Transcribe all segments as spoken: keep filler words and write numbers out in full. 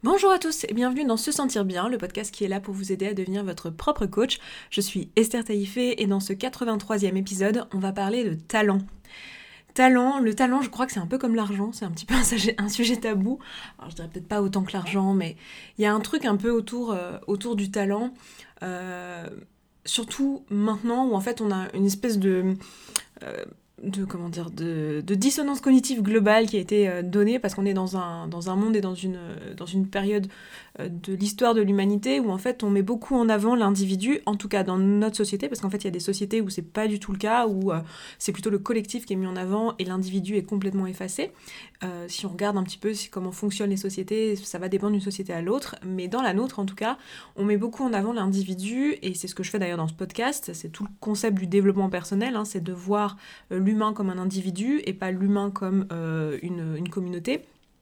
Bonjour à tous et bienvenue dans Se Sentir Bien, le podcast qui est là pour vous aider à devenir votre propre coach. Je suis Esther Taïfé et dans ce quatre-vingt-troisième épisode, on va parler de talent. Talent, le talent, je crois que c'est un peu comme l'argent, c'est un petit peu un sujet, un sujet tabou. Alors je dirais peut-être pas autant que l'argent, mais il y a un truc un peu autour, euh, autour du talent, euh, surtout maintenant où en fait on a une espèce de... Euh, de comment dire de, de dissonance cognitive globale qui a été euh, donnée parce qu'on est dans un, dans un monde et dans une, euh, dans une période euh, de l'histoire de l'humanité où en fait on met beaucoup en avant l'individu, en tout cas dans notre société, parce qu'en fait il y a des sociétés où c'est pas du tout le cas, où euh, c'est plutôt le collectif qui est mis en avant et l'individu est complètement effacé. Euh, si on regarde un petit peu comment fonctionnent les sociétés, ça va dépendre d'une société à l'autre, mais dans la nôtre en tout cas, on met beaucoup en avant l'individu et c'est ce que je fais d'ailleurs dans ce podcast, c'est tout le concept du développement personnel, hein, c'est de voir euh, l'humain comme un individu et pas l'humain comme euh, une, une communauté.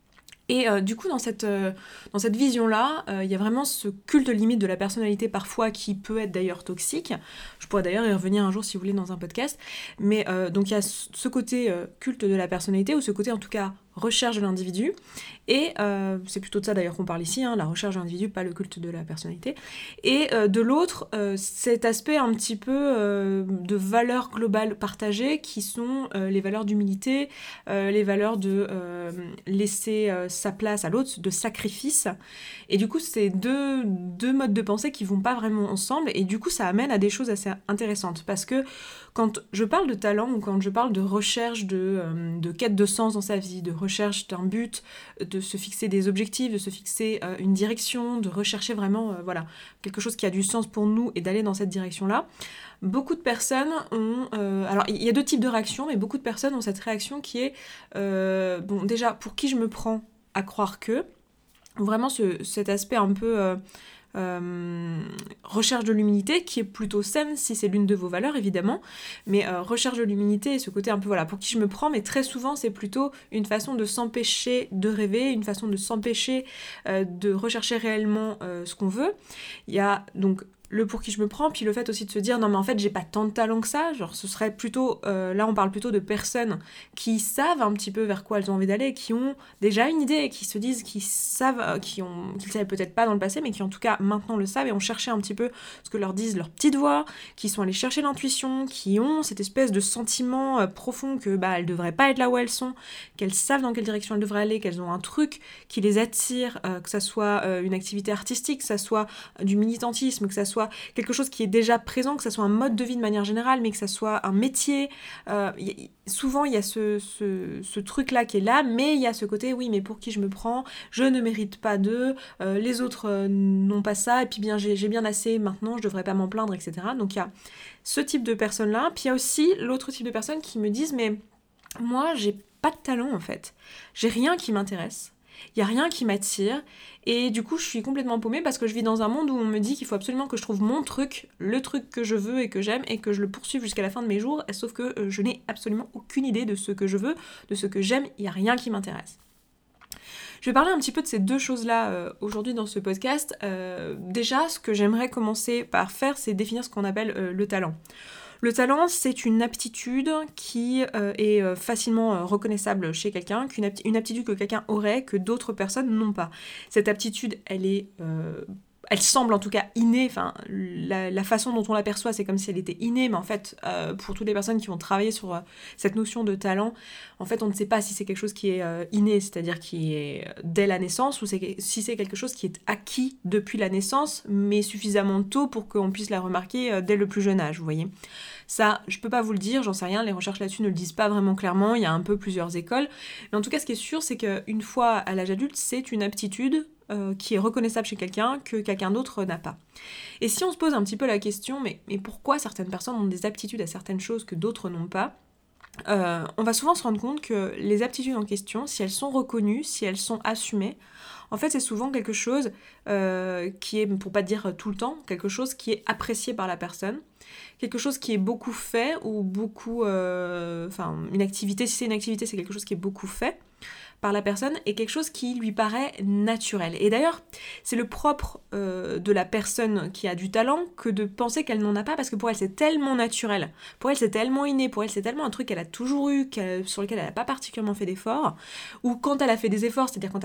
Et euh, du coup, dans cette, euh, dans cette vision-là, il euh, y a vraiment ce culte limite de la personnalité parfois qui peut être d'ailleurs toxique. Je pourrais d'ailleurs y revenir un jour si vous voulez dans un podcast. Mais euh, donc il y a ce côté euh, culte de la personnalité, ou ce côté en tout cas recherche de l'individu. Et euh, c'est plutôt de ça d'ailleurs qu'on parle ici, hein, la recherche de l'individu, pas le culte de la personnalité. Et euh, de l'autre, euh, cet aspect un petit peu euh, de valeurs globales partagées qui sont euh, les valeurs d'humilité, euh, les valeurs de euh, laisser euh, sa place à l'autre, de sacrifice. Et du coup, c'est deux, deux modes de pensée qui vont pas vraiment ensemble. Et du coup, ça amène à des choses assez intéressantes. Parce que quand je parle de talent ou quand je parle de recherche, de, euh, de quête de sens dans sa vie, de recherche d'un but, de se fixer des objectifs, de se fixer euh, une direction, de rechercher vraiment euh, voilà, quelque chose qui a du sens pour nous et d'aller dans cette direction-là, beaucoup de personnes ont... Euh, alors, il y a deux types de réactions, mais beaucoup de personnes ont cette réaction qui est... Euh, bon, déjà, pour qui je me prends à croire que... Vraiment, ce, cet aspect un peu... Euh, Euh, recherche de l'humilité qui est plutôt saine si c'est l'une de vos valeurs évidemment, mais euh, recherche de l'humilité et ce côté un peu voilà pour qui je me prends, mais très souvent c'est plutôt une façon de s'empêcher de rêver, une façon de s'empêcher euh, de rechercher réellement euh, ce qu'on veut. Il y a donc le pour qui je me prends, puis le fait aussi de se dire non mais en fait j'ai pas tant de talent que ça, genre ce serait plutôt, euh, là on parle plutôt de personnes qui savent un petit peu vers quoi elles ont envie d'aller, qui ont déjà une idée, qui se disent qu'ils savent, euh, qui ont, qu'ils savaient peut-être pas dans le passé, mais qui en tout cas maintenant le savent et ont cherché un petit peu ce que leur disent leurs petites voix, qui sont allés chercher l'intuition, qui ont cette espèce de sentiment euh, profond que bah elles devraient pas être là où elles sont, qu'elles savent dans quelle direction elles devraient aller, qu'elles ont un truc qui les attire, euh, que ça soit euh, une activité artistique, que ça soit euh, du militantisme, que ça soit quelque chose qui est déjà présent, que ça soit un mode de vie de manière générale, mais que ça soit un métier. Euh, y, souvent, il y a ce, ce, ce truc-là qui est là, mais il y a ce côté, oui, mais pour qui je me prends, je ne mérite pas d'eux, euh, les autres euh, n'ont pas ça, et puis bien, j'ai, j'ai bien assez maintenant, je devrais pas m'en plaindre, et cetera. Donc il y a ce type de personnes-là. Puis il y a aussi l'autre type de personnes qui me disent, mais moi, j'ai pas de talent, en fait. J'ai rien qui m'intéresse. Il n'y a rien qui m'attire et du coup je suis complètement paumée parce que je vis dans un monde où on me dit qu'il faut absolument que je trouve mon truc, le truc que je veux et que j'aime et que je le poursuive jusqu'à la fin de mes jours, sauf que euh, je n'ai absolument aucune idée de ce que je veux, de ce que j'aime, il n'y a rien qui m'intéresse. Je vais parler un petit peu de ces deux choses-là euh, aujourd'hui dans ce podcast. Euh, déjà, ce que j'aimerais commencer par faire, c'est définir ce qu'on appelle euh, le talent. Le talent, c'est une aptitude qui euh, est euh, facilement euh, reconnaissable chez quelqu'un, qu'une apti- une aptitude que quelqu'un aurait, que d'autres personnes n'ont pas. Cette aptitude, elle est... Euh, elle semble en tout cas innée, enfin, la, la façon dont on l'aperçoit, c'est comme si elle était innée, mais en fait, euh, pour toutes les personnes qui vont travailler sur euh, cette notion de talent, en fait, on ne sait pas si c'est quelque chose qui est euh, inné, c'est-à-dire qui est dès la naissance, ou c'est, si c'est quelque chose qui est acquis depuis la naissance, mais suffisamment tôt pour qu'on puisse la remarquer euh, dès le plus jeune âge, vous voyez. Ça, je peux pas vous le dire, j'en sais rien, les recherches là-dessus ne le disent pas vraiment clairement, il y a un peu plusieurs écoles, mais en tout cas, ce qui est sûr, c'est qu'une fois à l'âge adulte, c'est une aptitude Euh, qui est reconnaissable chez quelqu'un que quelqu'un d'autre n'a pas. Et si on se pose un petit peu la question, mais, mais pourquoi certaines personnes ont des aptitudes à certaines choses que d'autres n'ont pas, euh, on va souvent se rendre compte que les aptitudes en question, si elles sont reconnues, si elles sont assumées, en fait c'est souvent quelque chose euh, qui est, pour pas dire tout le temps, quelque chose qui est apprécié par la personne, quelque chose qui est beaucoup fait, ou beaucoup... Euh, enfin, une activité, si c'est une activité, c'est quelque chose qui est beaucoup fait par la personne et quelque chose qui lui paraît naturel. Et d'ailleurs, c'est le propre euh, de la personne qui a du talent que de penser qu'elle n'en a pas, parce que pour elle c'est tellement naturel, pour elle c'est tellement inné, pour elle c'est tellement un truc qu'elle a toujours eu, qu'elle, sur lequel elle n'a pas particulièrement fait d'efforts, ou quand elle a fait des efforts, c'est-à-dire quand elle a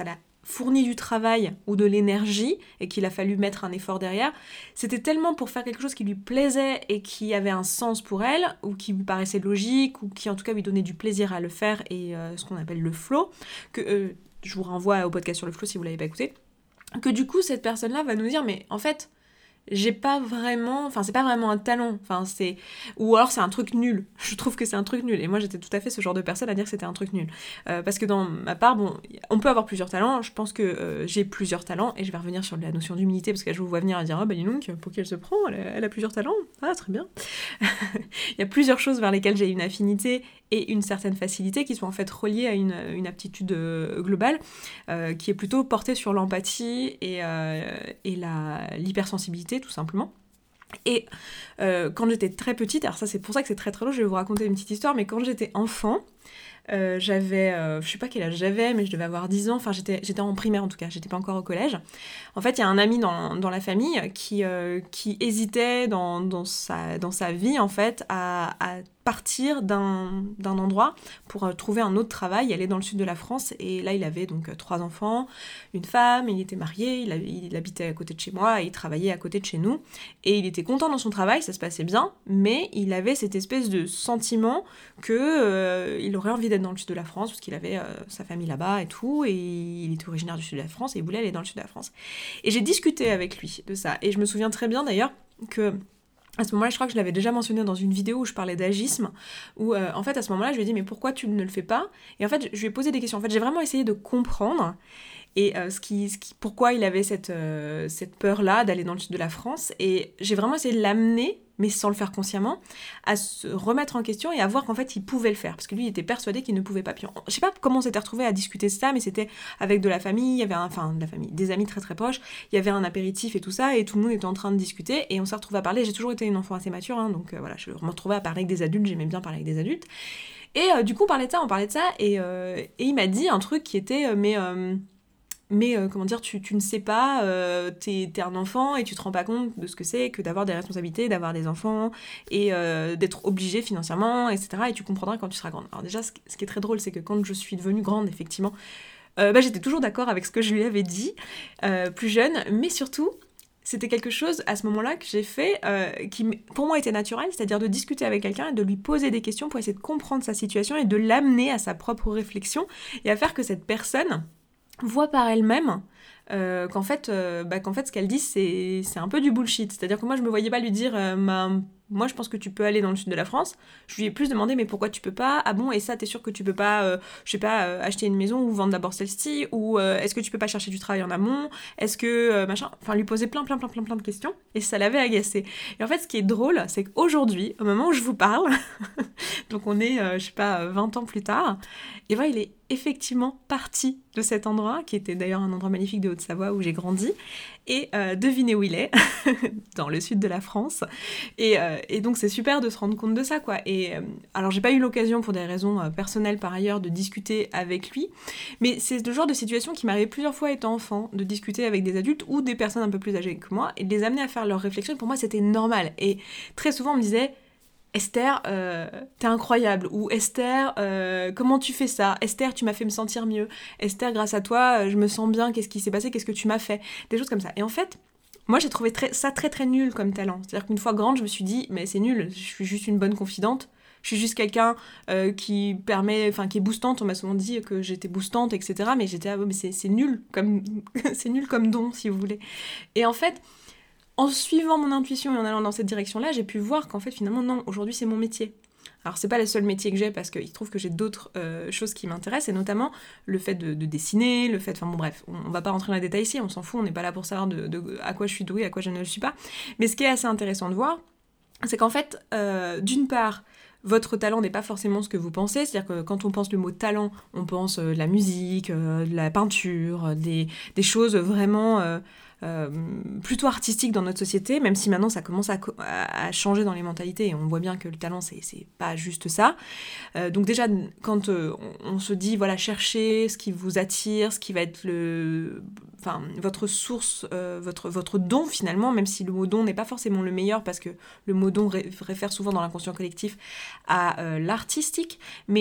fourni du travail ou de l'énergie et qu'il a fallu mettre un effort derrière, c'était tellement pour faire quelque chose qui lui plaisait et qui avait un sens pour elle, ou qui lui paraissait logique, ou qui en tout cas lui donnait du plaisir à le faire, et euh, ce qu'on appelle le flow, que euh, je vous renvoie au podcast sur le flow si vous l'avez pas écouté, que du coup cette personne-là va nous dire mais en fait j'ai pas vraiment, enfin c'est pas vraiment un talent, enfin c'est, ou alors c'est un truc nul, je trouve que c'est un truc nul, et moi j'étais tout à fait ce genre de personne à dire que c'était un truc nul, euh, parce que dans ma part, bon, on peut avoir plusieurs talents, je pense que euh, j'ai plusieurs talents, et je vais revenir sur la notion d'humilité, parce que je vous vois venir à dire, ah bah dis donc, pour qui elle se prend, elle a, elle a plusieurs talents, ah très bien, il y a plusieurs choses vers lesquelles j'ai une affinité, et une certaine facilité, qui sont en fait reliées à une, une aptitude euh, globale, euh, qui est plutôt portée sur l'empathie et, euh, et la, l'hypersensibilité, tout simplement. Et euh, quand j'étais très petite, alors ça c'est pour ça que c'est très très long, je vais vous raconter une petite histoire, mais quand j'étais enfant, euh, j'avais, euh, je sais pas quel âge j'avais, mais je devais avoir dix ans, enfin j'étais, j'étais en primaire en tout cas, j'étais pas encore au collège. En fait, il y a un ami dans, dans la famille qui, euh, qui hésitait dans, dans, sa, dans sa vie, en fait, à, à partir d'un, d'un endroit pour euh, trouver un autre travail, aller dans le sud de la France, et là il avait donc euh, trois enfants, une femme, il était marié, il, a, il habitait à côté de chez moi, et il travaillait à côté de chez nous, et il était content dans son travail, ça se passait bien, mais il avait cette espèce de sentiment que euh, il aurait envie d'être dans le sud de la France, parce qu'il avait euh, sa famille là-bas et tout, et il était originaire du sud de la France, et il voulait aller dans le sud de la France. Et j'ai discuté avec lui de ça, et je me souviens très bien d'ailleurs que à ce moment-là, je crois que je l'avais déjà mentionné dans une vidéo où je parlais d'agisme, où euh, en fait à ce moment-là, je lui ai dit mais pourquoi tu ne le fais pas ? Et en fait, je lui ai posé des questions. En fait, j'ai vraiment essayé de comprendre et euh, ce qui, ce qui, pourquoi il avait cette, euh, cette peur-là d'aller dans le sud de la France. Et j'ai vraiment essayé de l'amener, mais sans le faire consciemment, à se remettre en question et à voir qu'en fait il pouvait le faire, parce que lui il était persuadé qu'il ne pouvait pas. Puis on, je sais pas comment on s'était retrouvés à discuter de ça, mais c'était avec de la famille, il y avait un, enfin de la famille, des amis très très proches, il y avait un apéritif et tout ça, et tout le monde était en train de discuter, et on s'est retrouvés à parler. J'ai toujours été une enfant assez mature, hein, donc euh, voilà, je me retrouvais à parler avec des adultes, j'aimais bien parler avec des adultes, et euh, du coup on parlait de ça, on parlait de ça, et, euh, et il m'a dit un truc qui était, euh, mais... Euh, mais euh, comment dire, tu, tu ne sais pas, euh, t'es, t'es un enfant et tu te rends pas compte de ce que c'est que d'avoir des responsabilités, d'avoir des enfants et euh, d'être obligé financièrement, et cetera. Et tu comprendras quand tu seras grande. Alors déjà, ce, ce qui est très drôle, c'est que quand je suis devenue grande, effectivement, euh, bah, j'étais toujours d'accord avec ce que je lui avais dit, euh, plus jeune, mais surtout, c'était quelque chose, à ce moment-là, que j'ai fait, euh, qui pour moi était naturel, c'est-à-dire de discuter avec quelqu'un et de lui poser des questions pour essayer de comprendre sa situation et de l'amener à sa propre réflexion et à faire que cette personne voit par elle-même euh, qu'en, fait, euh, bah, qu'en fait ce qu'elle dit c'est, c'est un peu du bullshit. C'est-à-dire que moi je me voyais pas lui dire euh, ma... moi je pense que tu peux aller dans le sud de la France. Je lui ai plus demandé mais pourquoi tu peux pas ? Ah bon, et ça t'es sûr que tu peux pas euh, je sais pas euh, acheter une maison ou vendre d'abord celle-ci, ou euh, est-ce que tu peux pas chercher du travail en amont, est-ce que euh, machin, enfin lui poser plein plein plein plein plein de questions, et ça l'avait agacé. Et en fait ce qui est drôle c'est qu'aujourd'hui au moment où je vous parle donc on est euh, je sais pas vingt ans plus tard, et ben il est effectivement parti de cet endroit, qui était d'ailleurs un endroit magnifique de Haute-Savoie où j'ai grandi, et euh, devinez où il est, dans le sud de la France, et, euh, et donc c'est super de se rendre compte de ça, quoi. Et euh, alors j'ai pas eu l'occasion, pour des raisons euh, personnelles par ailleurs, de discuter avec lui, mais c'est le genre de situation qui m'arrivait plusieurs fois étant enfant, de discuter avec des adultes ou des personnes un peu plus âgées que moi, et de les amener à faire leurs réflexions, et pour moi c'était normal, et très souvent on me disait Esther, euh, t'es incroyable, ou Esther, euh, comment tu fais ça ? Esther, tu m'as fait me sentir mieux. Esther, grâce à toi, je me sens bien, qu'est-ce qui s'est passé, qu'est-ce que tu m'as fait ? Des choses comme ça. Et en fait, moi j'ai trouvé très, ça très très nul comme talent. C'est-à-dire qu'une fois grande, je me suis dit, mais c'est nul, je suis juste une bonne confidente, je suis juste quelqu'un euh, qui permet, enfin qui est boostante, on m'a souvent dit que j'étais boostante, et cetera. Mais j'étais, ah, mais c'est, c'est nul, comme, c'est nul comme don, si vous voulez. Et en fait, en suivant mon intuition et en allant dans cette direction-là, j'ai pu voir qu'en fait, finalement, non, aujourd'hui, c'est mon métier. Alors, c'est pas le seul métier que j'ai, parce qu'il se trouve que j'ai d'autres euh, choses qui m'intéressent, et notamment le fait de, de dessiner, le fait... Enfin bon, bref, on, on va pas rentrer dans les détails ici, on s'en fout, on n'est pas là pour savoir de, de, à quoi je suis douée, à quoi je ne le suis pas. Mais ce qui est assez intéressant de voir, c'est qu'en fait, euh, d'une part, votre talent n'est pas forcément ce que vous pensez, c'est-à-dire que quand on pense le mot talent, on pense euh, de la musique, euh, de la peinture, euh, des, des choses vraiment... Euh, Euh, plutôt artistique dans notre société, même si maintenant ça commence à, à changer dans les mentalités, et on voit bien que le talent c'est, c'est pas juste ça. Euh, donc déjà quand euh, on, on se dit voilà, cherchez ce qui vous attire, ce qui va être le, enfin votre source, euh, votre votre don finalement, même si le mot don n'est pas forcément le meilleur, parce que le mot don ré- réfère souvent dans l'inconscient collectif à euh, l'artistique, mais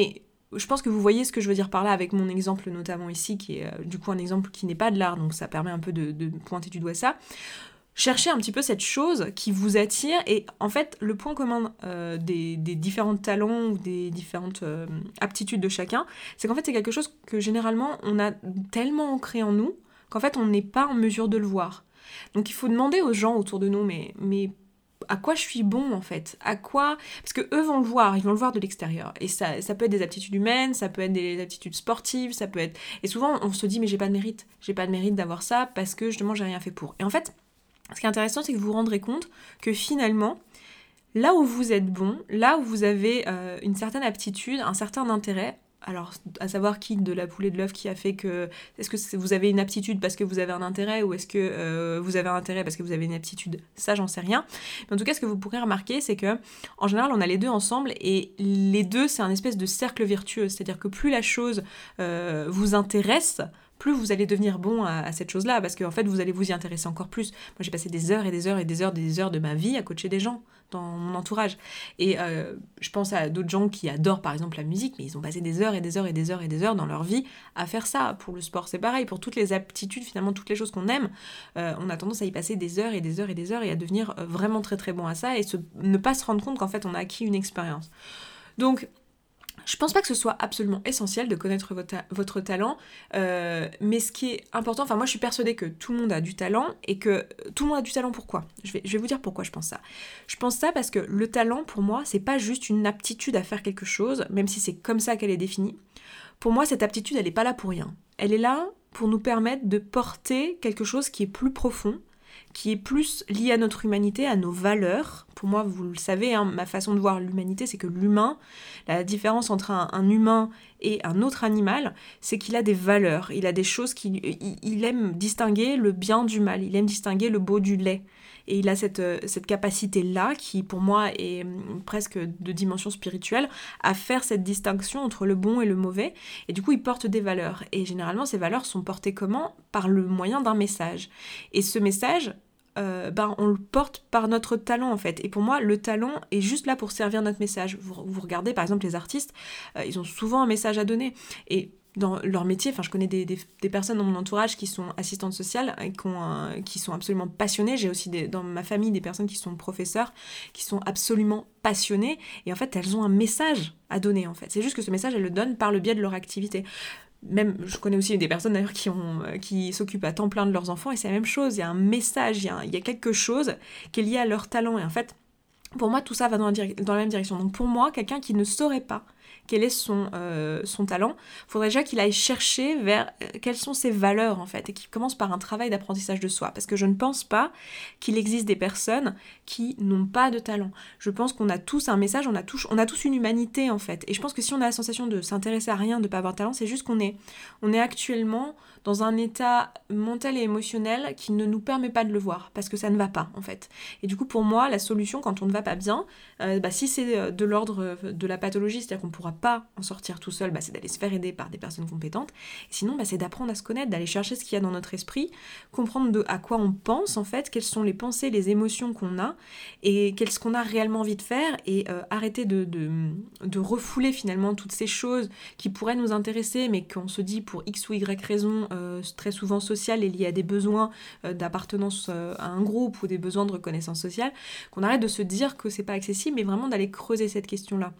je pense que vous voyez ce que je veux dire par là avec mon exemple notamment ici, qui est euh, du coup un exemple qui n'est pas de l'art, donc ça permet un peu de, de pointer du doigt ça. Cherchez un petit peu cette chose qui vous attire, et en fait le point commun euh, des, des différents talents ou des différentes euh, aptitudes de chacun, c'est qu'en fait c'est quelque chose que généralement on a tellement ancré en nous qu'en fait on n'est pas en mesure de le voir. Donc il faut demander aux gens autour de nous, mais, mais à quoi je suis bon en fait, à quoi, parce que eux vont le voir, ils vont le voir de l'extérieur, et ça, ça peut être des aptitudes humaines, ça peut être des aptitudes sportives, ça peut être, et souvent on se dit mais j'ai pas de mérite, j'ai pas de mérite d'avoir ça parce que justement j'ai rien fait pour. Et en fait, ce qui est intéressant, c'est que vous vous rendrez compte que finalement, là où vous êtes bon, là où vous avez euh, une certaine aptitude, un certain intérêt, alors à savoir qui de la poule et de l'œuf qui a fait que, est-ce que vous avez une aptitude parce que vous avez un intérêt, ou est-ce que euh, vous avez un intérêt parce que vous avez une aptitude, ça j'en sais rien. Mais en tout cas, ce que vous pourrez remarquer, c'est que en général on a les deux ensemble, et les deux c'est un espèce de cercle vertueux, c'est-à-dire que plus la chose euh, vous intéresse, plus vous allez devenir bon à, à cette chose-là, parce qu'en fait, vous allez vous y intéresser encore plus. Moi, j'ai passé des heures et des heures et des heures et des heures de ma vie à coacher des gens dans mon entourage. Et euh, je pense à d'autres gens qui adorent, par exemple, la musique, mais ils ont passé des heures et des heures et des heures et des heures dans leur vie à faire ça. Pour le sport, c'est pareil. Pour toutes les aptitudes, finalement, toutes les choses qu'on aime, euh, on a tendance à y passer des heures et des heures et des heures et à devenir euh, vraiment très très bon à ça, et se, ne pas se rendre compte qu'en fait, on a acquis une expérience. Donc, je pense pas que ce soit absolument essentiel de connaître votre, ta- votre talent, euh, mais ce qui est important, enfin moi je suis persuadée que tout le monde a du talent, et que tout le monde a du talent. Pourquoi ? je vais, je vais vous dire pourquoi je pense ça. Je pense ça parce que le talent, pour moi, c'est pas juste une aptitude à faire quelque chose, même si c'est comme ça qu'elle est définie. Pour moi, cette aptitude, elle est pas là pour rien. Elle est là pour nous permettre de porter quelque chose qui est plus profond, qui est plus lié à notre humanité, à nos valeurs. Pour moi, vous le savez, hein, ma façon de voir l'humanité, c'est que l'humain, la différence entre un, un humain et un autre animal, c'est qu'il a des valeurs, il a des choses qu'il il, il aime distinguer le bien du mal, il aime distinguer le beau du laid. Et il a cette, cette capacité-là, qui pour moi est presque de dimension spirituelle, à faire cette distinction entre le bon et le mauvais. Et du coup, il porte des valeurs. Et généralement, ces valeurs sont portées comment ? Par le moyen d'un message. Et ce message, euh, ben, on le porte par notre talent, en fait. Et pour moi, le talent est juste là pour servir notre message. Vous, vous regardez, par exemple, les artistes, euh, ils ont souvent un message à donner. Et dans leur métier, enfin je connais des, des, des personnes dans mon entourage qui sont assistantes sociales et qui, ont un, qui sont absolument passionnées. J'ai aussi des, dans ma famille des personnes qui sont professeurs, qui sont absolument passionnées, et en fait elles ont un message à donner en fait. C'est juste que ce message, elles le donnent par le biais de leur activité. Même, je connais aussi des personnes d'ailleurs qui, ont, qui s'occupent à temps plein de leurs enfants, et c'est la même chose, il y a un message, il y a, il y a quelque chose qui est lié à leur talent, et en fait pour moi tout ça va dans la, dir- dans la même direction. Donc pour moi, quelqu'un qui ne saurait pas quel est son, euh, son talent, il faudrait déjà qu'il aille chercher vers euh, quelles sont ses valeurs en fait, et qu'il commence par un travail d'apprentissage de soi, parce que je ne pense pas qu'il existe des personnes qui n'ont pas de talent. Je pense qu'on a tous un message, on a tous, on a tous une humanité en fait, et je pense que si on a la sensation de s'intéresser à rien, de ne pas avoir de talent, c'est juste qu'on est, on est actuellement dans un état mental et émotionnel qui ne nous permet pas de le voir, parce que ça ne va pas en fait. Et du coup pour moi, la solution quand on ne va pas bien, euh, bah, si c'est de l'ordre de la pathologie, c'est-à-dire qu'on ne pourra pas en sortir tout seul, bah, c'est d'aller se faire aider par des personnes compétentes. Et sinon, bah, c'est d'apprendre à se connaître, d'aller chercher ce qu'il y a dans notre esprit, comprendre de à quoi on pense en fait, quelles sont les pensées, les émotions qu'on a, et qu'est-ce qu'on a réellement envie de faire, et euh, arrêter de, de, de refouler finalement toutes ces choses qui pourraient nous intéresser, mais qu'on se dit pour X ou Y raison, euh, très souvent sociales et liées à des besoins euh, d'appartenance euh, à un groupe ou des besoins de reconnaissance sociale, qu'on arrête de se dire que c'est pas accessible, mais vraiment d'aller creuser cette question-là.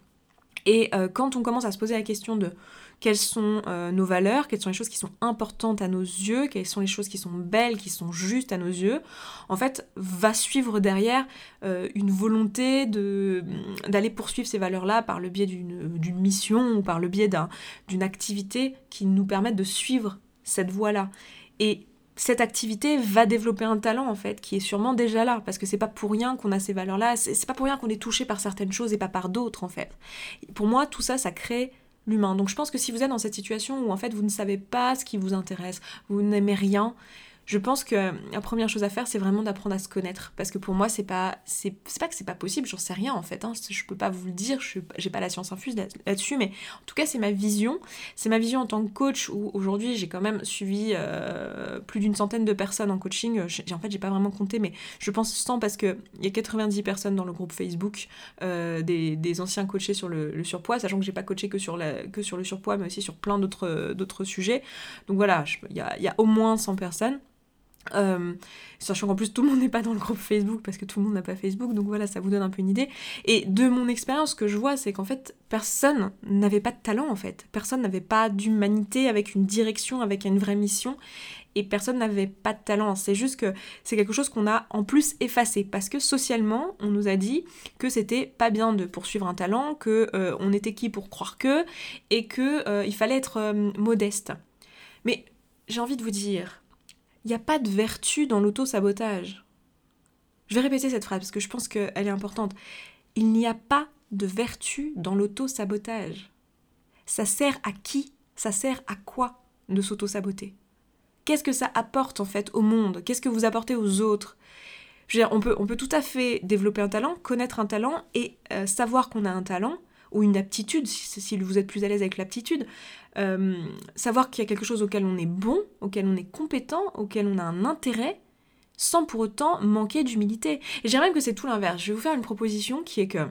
Et euh, quand on commence à se poser la question de quelles sont euh, nos valeurs, quelles sont les choses qui sont importantes à nos yeux, quelles sont les choses qui sont belles, qui sont justes à nos yeux, en fait, va suivre derrière euh, une volonté de, d'aller poursuivre ces valeurs-là par le biais d'une, d'une mission ou par le biais d'un, d'une activité qui nous permette de suivre cette voie-là. Et cette activité va développer un talent en fait qui est sûrement déjà là, parce que c'est pas pour rien qu'on a ces valeurs-là, c'est, c'est pas pour rien qu'on est touché par certaines choses et pas par d'autres en fait. Et pour moi, tout ça, ça crée l'humain. Donc je pense que si vous êtes dans cette situation où en fait vous ne savez pas ce qui vous intéresse, vous n'aimez rien, je pense que la première chose à faire, c'est vraiment d'apprendre à se connaître. Parce que pour moi, c'est pas, c'est, c'est pas que c'est pas possible, j'en sais rien en fait. Hein. Je peux pas vous le dire, je, j'ai pas la science infuse là, là-dessus, mais en tout cas, c'est ma vision. C'est ma vision en tant que coach où aujourd'hui, j'ai quand même suivi euh, plus d'une centaine de personnes en coaching. J'ai, en fait, j'ai pas vraiment compté, mais je pense cent parce qu'il y a quatre-vingt-dix personnes dans le groupe Facebook euh, des, des anciens coachés sur le, le surpoids, sachant que j'ai pas coaché que sur, la, que sur le surpoids, mais aussi sur plein d'autres, d'autres sujets. Donc voilà, il y a, y a au moins cent personnes. Euh, sachant qu'en plus tout le monde n'est pas dans le groupe Facebook parce que tout le monde n'a pas Facebook, donc voilà, ça vous donne un peu une idée. Et de mon expérience, ce que je vois, c'est qu'en fait personne n'avait pas de talent en fait, personne n'avait pas d'humanité avec une direction, avec une vraie mission, et personne n'avait pas de talent. C'est juste que c'est quelque chose qu'on a en plus effacé parce que socialement on nous a dit que c'était pas bien de poursuivre un talent, que euh, on était qui pour croire que, et que euh, il fallait être euh, modeste. Mais j'ai envie de vous dire, il n'y a pas de vertu dans l'auto-sabotage. Je vais répéter cette phrase parce que je pense qu'elle est importante. Il n'y a pas de vertu dans l'auto-sabotage. Ça sert à qui ? Ça sert à quoi de s'auto-saboter ? Qu'est-ce que ça apporte en fait au monde ? Qu'est-ce que vous apportez aux autres ? Je veux dire, on peut, on peut tout à fait développer un talent, connaître un talent et euh, savoir qu'on a un talent ou une aptitude, si, si vous êtes plus à l'aise avec l'aptitude, euh, savoir qu'il y a quelque chose auquel on est bon, auquel on est compétent, auquel on a un intérêt, sans pour autant manquer d'humilité. Et je dirais même que c'est tout l'inverse. Je vais vous faire une proposition qui est que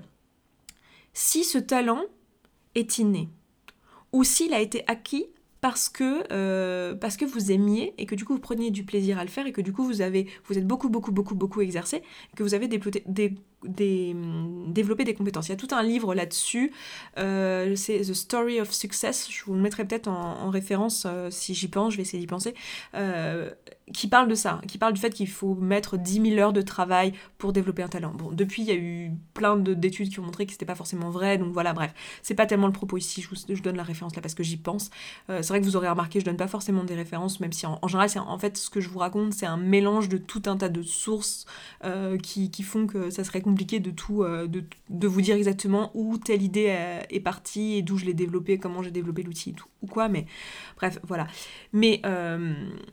si ce talent est inné, ou s'il a été acquis parce que, euh, parce que vous aimiez et que du coup vous preniez du plaisir à le faire et que du coup vous avez vous êtes beaucoup beaucoup beaucoup beaucoup exercé et que vous avez développé des, des, développé des compétences. Il y a tout un livre là-dessus, euh, c'est The Story of Success, je vous le mettrai peut-être en, en référence euh, si j'y pense, je vais essayer d'y penser, euh, qui parle de ça, qui parle du fait qu'il faut mettre dix mille heures de travail pour développer un talent. Bon, depuis, il y a eu plein de, d'études qui ont montré que c'était pas forcément vrai, donc voilà, bref. C'est pas tellement le propos ici, je, vous, je donne la référence là parce que j'y pense. Euh, c'est vrai que vous aurez remarqué, je donne pas forcément des références, même si en, en général, c'est, en fait, ce que je vous raconte, c'est un mélange de tout un tas de sources euh, qui, qui font que ça serait compliqué de tout, euh, de, de vous dire exactement où telle idée est, est partie et d'où je l'ai développée, comment j'ai développé l'outil, tout, ou quoi, mais bref, voilà. Mais... Euh,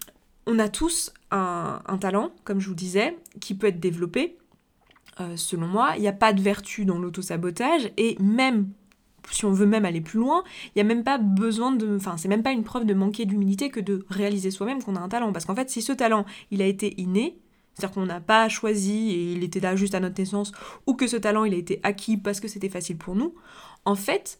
on a tous un, un talent, comme je vous disais, qui peut être développé. Euh, selon moi, il n'y a pas de vertu dans l'autosabotage, et même, si on veut même aller plus loin, il n'y a même pas besoin de... Enfin, c'est même pas une preuve de manquer d'humilité que de réaliser soi-même qu'on a un talent. Parce qu'en fait, si ce talent, il a été inné, c'est-à-dire qu'on n'a pas choisi et il était là juste à notre naissance, ou que ce talent, il a été acquis parce que c'était facile pour nous, en fait,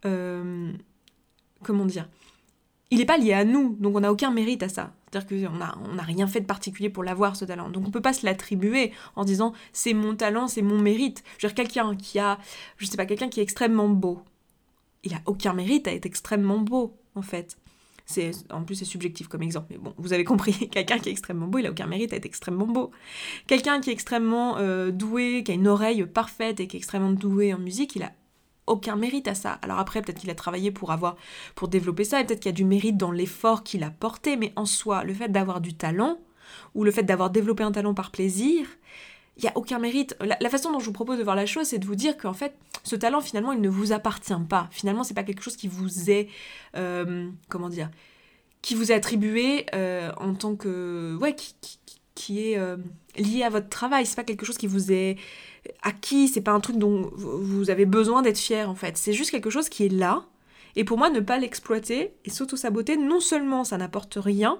euh, comment dire, il n'est pas lié à nous, donc on n'a aucun mérite à ça. C'est-à-dire qu'on n'a on a rien fait de particulier pour l'avoir, ce talent. Donc on ne peut pas se l'attribuer en disant « c'est mon talent, c'est mon mérite ». Je veux dire, quelqu'un qui a, je sais pas, quelqu'un qui est extrêmement beau, il n'a aucun mérite à être extrêmement beau, en fait. C'est, en plus, c'est subjectif comme exemple, mais bon, vous avez compris. Quelqu'un qui est extrêmement beau, il n'a aucun mérite à être extrêmement beau. Quelqu'un qui est extrêmement euh, doué, qui a une oreille parfaite et qui est extrêmement doué en musique, il a aucun mérite à ça. Alors après, peut-être qu'il a travaillé pour avoir, pour développer ça, et peut-être qu'il y a du mérite dans l'effort qu'il a porté, mais en soi, le fait d'avoir du talent, ou le fait d'avoir développé un talent par plaisir, il n'y a aucun mérite. La, la façon dont je vous propose de voir la chose, c'est de vous dire qu'en fait, ce talent, finalement, il ne vous appartient pas. Finalement, c'est pas quelque chose qui vous est, euh, comment dire, qui vous est attribué euh, en tant que, ouais, qui, qui, qui est euh, lié à votre travail. C'est pas quelque chose qui vous est acquis, c'est pas un truc dont vous avez besoin d'être fier en fait. C'est juste quelque chose qui est là, et pour moi, ne pas l'exploiter et s'auto-saboter, non seulement ça n'apporte rien,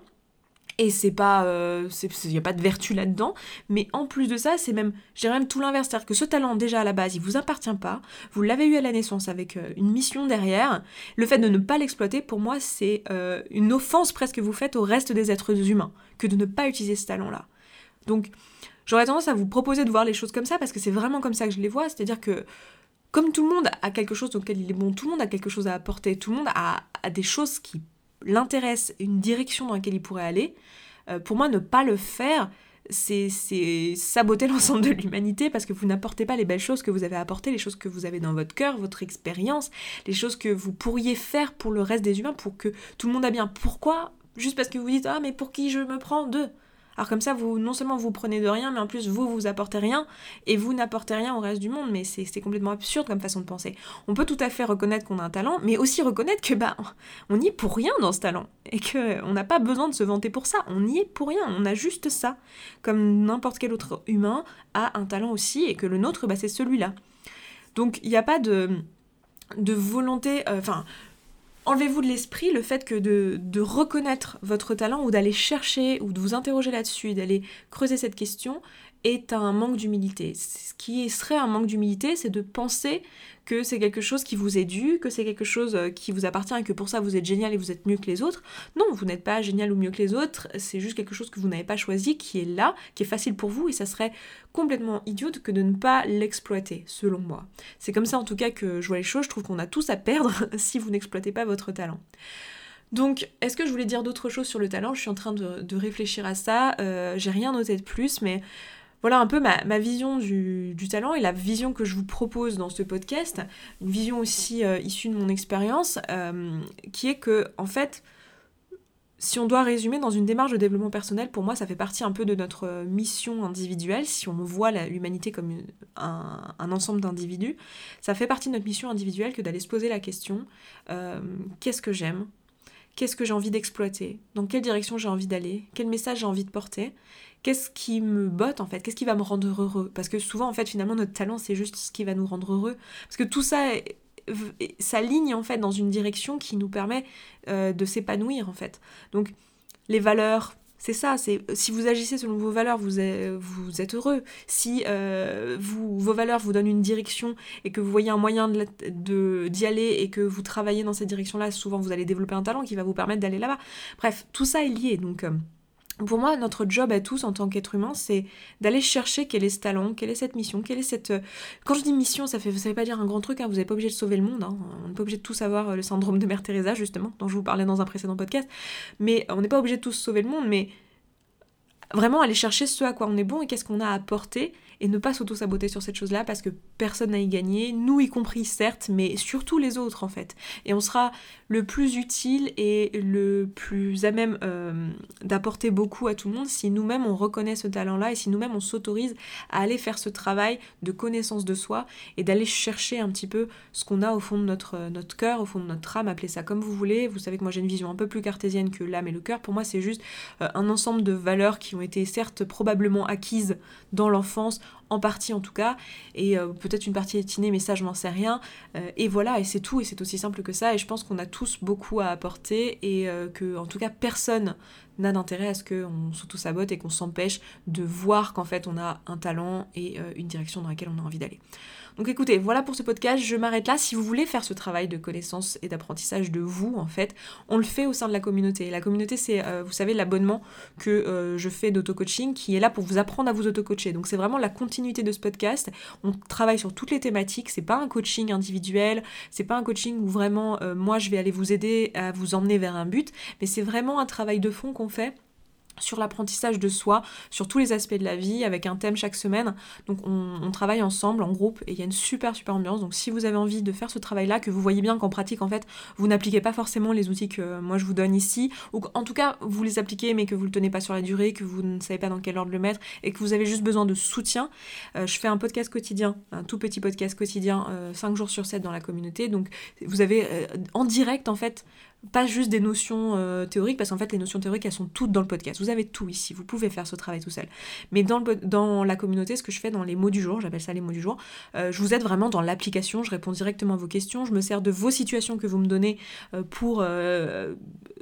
et c'est pas, euh, il n'y a pas de vertu là-dedans, mais en plus de ça, c'est même, je dirais même tout l'inverse, c'est-à-dire que ce talent, déjà à la base, il vous appartient pas, vous l'avez eu à la naissance avec euh, une mission derrière, le fait de ne pas l'exploiter, pour moi, c'est euh, une offense presque que vous faites au reste des êtres humains, que de ne pas utiliser ce talent-là. Donc, j'aurais tendance à vous proposer de voir les choses comme ça, parce que c'est vraiment comme ça que je les vois, c'est-à-dire que comme tout le monde a quelque chose auquel il est bon, tout le monde a quelque chose à apporter, tout le monde a, a des choses qui l'intéressent, une direction dans laquelle il pourrait aller, euh, pour moi, ne pas le faire, c'est, c'est saboter l'ensemble de l'humanité, parce que vous n'apportez pas les belles choses que vous avez apportées, les choses que vous avez dans votre cœur, votre expérience, les choses que vous pourriez faire pour le reste des humains, pour que tout le monde a bien. Pourquoi ? Juste parce que vous dites « Ah, mais pour qui je me prends d'eux ?» Alors comme ça, vous non seulement vous prenez de rien, mais en plus vous, vous apportez rien, et vous n'apportez rien au reste du monde, mais c'est, c'est complètement absurde comme façon de penser. On peut tout à fait reconnaître qu'on a un talent, mais aussi reconnaître que bah, on y est pour rien dans ce talent, et qu'on n'a pas besoin de se vanter pour ça, on y est pour rien, on a juste ça. Comme n'importe quel autre humain a un talent aussi, et que le nôtre, bah, c'est celui-là. Donc il n'y a pas de, de volonté... Enfin... Euh, enlevez-vous de l'esprit le fait que de, de reconnaître votre talent ou d'aller chercher ou de vous interroger là-dessus, d'aller creuser cette question est un manque d'humilité. Ce qui serait un manque d'humilité, c'est de penser que c'est quelque chose qui vous est dû, que c'est quelque chose qui vous appartient et que pour ça vous êtes génial et vous êtes mieux que les autres. Non, vous n'êtes pas génial ou mieux que les autres, c'est juste quelque chose que vous n'avez pas choisi, qui est là, qui est facile pour vous et ça serait complètement idiot que de ne pas l'exploiter, selon moi. C'est comme ça en tout cas que je vois les choses, je trouve qu'on a tous à perdre si vous n'exploitez pas votre talent. Donc, est-ce que je voulais dire d'autres choses sur le talent ? Je suis en train de, de réfléchir à ça, euh, j'ai rien noté de plus, mais... Voilà un peu ma, ma vision du, du talent et la vision que je vous propose dans ce podcast, une vision aussi euh, issue de mon expérience, euh, qui est que, en fait, si on doit résumer dans une démarche de développement personnel, pour moi, ça fait partie un peu de notre mission individuelle, si on voit la, l'humanité comme une, un, un ensemble d'individus, ça fait partie de notre mission individuelle que d'aller se poser la question, euh, qu'est-ce que j'aime ? Qu'est-ce que j'ai envie d'exploiter ? Dans quelle direction j'ai envie d'aller ? Quel message j'ai envie de porter ? Qu'est-ce qui me botte en fait ? Qu'est-ce qui va me rendre heureux ? Parce que souvent en fait finalement notre talent c'est juste ce qui va nous rendre heureux. Parce que tout ça s'aligne en fait dans une direction qui nous permet euh, de s'épanouir en fait. Donc les valeurs, c'est ça, c'est si vous agissez selon vos valeurs, vous êtes, vous êtes heureux. Si euh, vous, vos valeurs vous donnent une direction et que vous voyez un moyen de, de, d'y aller et que vous travaillez dans cette direction-là, souvent vous allez développer un talent qui va vous permettre d'aller là-bas. Bref, tout ça est lié, donc... Euh, Pour moi, notre job à tous en tant qu'être humain, c'est d'aller chercher quel est ce talent, quelle est cette mission, quelle est cette... Quand je dis mission, ça fait, ça veut pas dire un grand truc, hein, vous n'êtes pas obligé de sauver le monde, hein, on n'est pas obligé de tous avoir le syndrome de Mère Teresa, justement, dont je vous parlais dans un précédent podcast, mais on n'est pas obligé de tous sauver le monde, mais vraiment aller chercher ce à quoi on est bon et qu'est-ce qu'on a à apporter, et ne pas s'auto-saboter sur cette chose-là parce que personne n'a y gagné, nous y compris certes, mais surtout les autres en fait. Et on sera le plus utile et le plus à même euh, d'apporter beaucoup à tout le monde si nous-mêmes on reconnaît ce talent-là et si nous-mêmes on s'autorise à aller faire ce travail de connaissance de soi et d'aller chercher un petit peu ce qu'on a au fond de notre, notre cœur, au fond de notre âme, appelez ça comme vous voulez. Vous savez que moi j'ai une vision un peu plus cartésienne que l'âme et le cœur. Pour moi c'est juste euh, un ensemble de valeurs qui ont été certes probablement acquises dans l'enfance, en partie en tout cas, et euh, peut-être une partie étinée, mais ça je n'en sais rien, euh, et voilà, et c'est tout, et c'est aussi simple que ça, et je pense qu'on a tous beaucoup à apporter, et euh, que en tout cas personne n'a d'intérêt à ce qu'on s'auto-sabote et qu'on s'empêche de voir qu'en fait on a un talent et euh, une direction dans laquelle on a envie d'aller. Donc écoutez, voilà pour ce podcast, je m'arrête là. Si vous voulez faire ce travail de connaissance et d'apprentissage de vous, en fait, on le fait au sein de la communauté. La communauté, c'est, euh, vous savez, l'abonnement que euh, je fais d'auto-coaching qui est là pour vous apprendre à vous auto-coacher. Donc c'est vraiment la continuité de ce podcast. On travaille sur toutes les thématiques, c'est pas un coaching individuel, c'est pas un coaching où vraiment, euh, moi, je vais aller vous aider à vous emmener vers un but, mais c'est vraiment un travail de fond qu'on fait sur l'apprentissage de soi, sur tous les aspects de la vie, avec un thème chaque semaine. Donc on, on travaille ensemble, en groupe, et il y a une super super ambiance. Donc si vous avez envie de faire ce travail-là, que vous voyez bien qu'en pratique, en fait, vous n'appliquez pas forcément les outils que moi je vous donne ici, ou en tout cas, vous les appliquez, mais que vous ne le tenez pas sur la durée, que vous ne savez pas dans quel ordre le mettre, et que vous avez juste besoin de soutien, euh, je fais un podcast quotidien, un tout petit podcast quotidien, euh, cinq jours sur sept dans la communauté. Donc vous avez euh, en direct, en fait, pas juste des notions euh, théoriques, parce qu'en fait les notions théoriques elles sont toutes dans le podcast, vous avez tout ici, vous pouvez faire ce travail tout seul, mais dans, le, dans la communauté, ce que je fais dans les mots du jour, j'appelle ça les mots du jour, euh, je vous aide vraiment dans l'application, je réponds directement à vos questions, je me sers de vos situations que vous me donnez euh, pour... Euh,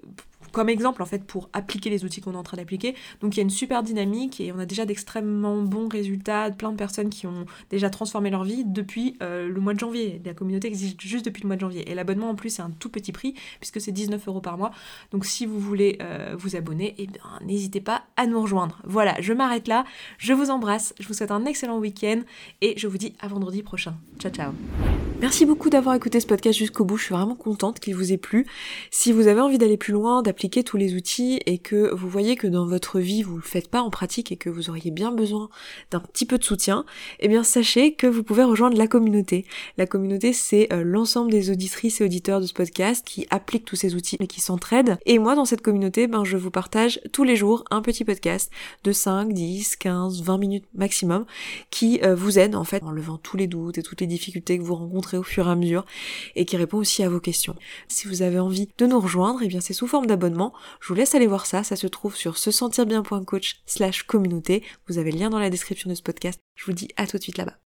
comme exemple en fait pour appliquer les outils qu'on est en train d'appliquer. Donc il y a une super dynamique et on a déjà d'extrêmement bons résultats, plein de personnes qui ont déjà transformé leur vie depuis euh, le mois de janvier. La communauté existe juste depuis le mois de janvier et l'abonnement en plus c'est un tout petit prix puisque c'est dix-neuf euros par mois. Donc si vous voulez euh, vous abonner, eh bien n'hésitez pas à nous rejoindre. Voilà, je m'arrête là, je vous embrasse, je vous souhaite un excellent week-end et je vous dis à vendredi prochain. Ciao ciao. Merci beaucoup d'avoir écouté ce podcast jusqu'au bout, je suis vraiment contente qu'il vous ait plu. Si vous avez envie d'aller plus loin, d'appliquer tous les outils et que vous voyez que dans votre vie vous le faites pas en pratique et que vous auriez bien besoin d'un petit peu de soutien, eh bien sachez que vous pouvez rejoindre la communauté. La communauté, c'est euh, l'ensemble des auditrices et auditeurs de ce podcast qui appliquent tous ces outils et qui s'entraident. Et moi dans cette communauté, ben je vous partage tous les jours un petit podcast de cinq, dix, quinze, vingt minutes maximum qui euh, vous aide en fait en levant tous les doutes et toutes les difficultés que vous rencontrez au fur et à mesure et qui répond aussi à vos questions. Si vous avez envie de nous rejoindre, eh bien c'est sous forme d'abonnement. Je vous laisse aller voir ça, ça se trouve sur se sentir bien point coach slash communauté. Vous avez le lien dans la description de ce podcast. Je vous dis à tout de suite là-bas.